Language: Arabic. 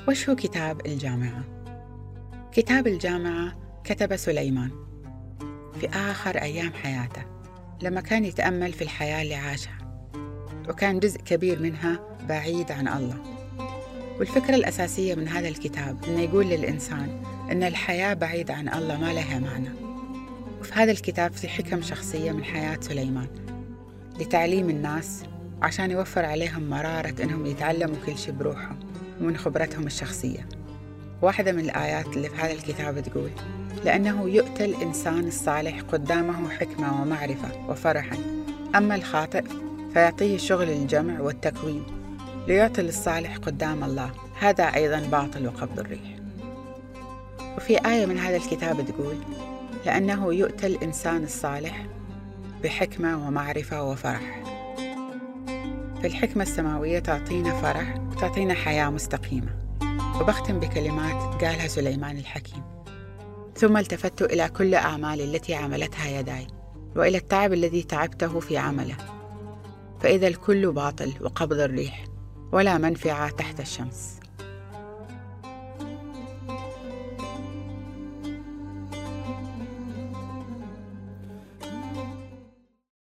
وش هو كتاب الجامعة؟ كتاب الجامعة كتب سليمان في آخر أيام حياته، لما كان يتأمل في الحياة اللي عاشها، وكان جزء كبير منها بعيد عن الله. والفكرة الأساسية من هذا الكتاب إنه يقول للإنسان إن الحياة بعيد عن الله ما لها معنى. وفي هذا الكتاب في حكم شخصية من حياة سليمان لتعليم الناس، عشان يوفر عليهم مرارة إنهم يتعلموا كل شيء بروحهم ومن خبرتهم الشخصية. واحدة من الآيات اللي في هذا الكتاب تقول: لأنه يؤتى الإنسان الصالح قدامه حكمة ومعرفة وفرحا، أما الخاطئ فيعطيه شغل الجمع والتكوين. ليعطي الصالح قدام الله، هذا أيضا باطل وقبض الريح. وفي آية من هذا الكتاب تقول: لأنه يؤتى الإنسان الصالح بحكمة ومعرفة وفرح. فالحكمة السماوية تعطينا فرح وتعطينا حياة مستقيمة. وبختم بكلمات قالها سليمان الحكيم: ثم التفت إلى كل أعمالي التي عملتها يداي، وإلى التعب الذي تعبته في عمله، فإذا الكل باطل وقبض الريح، ولا منفعة تحت الشمس.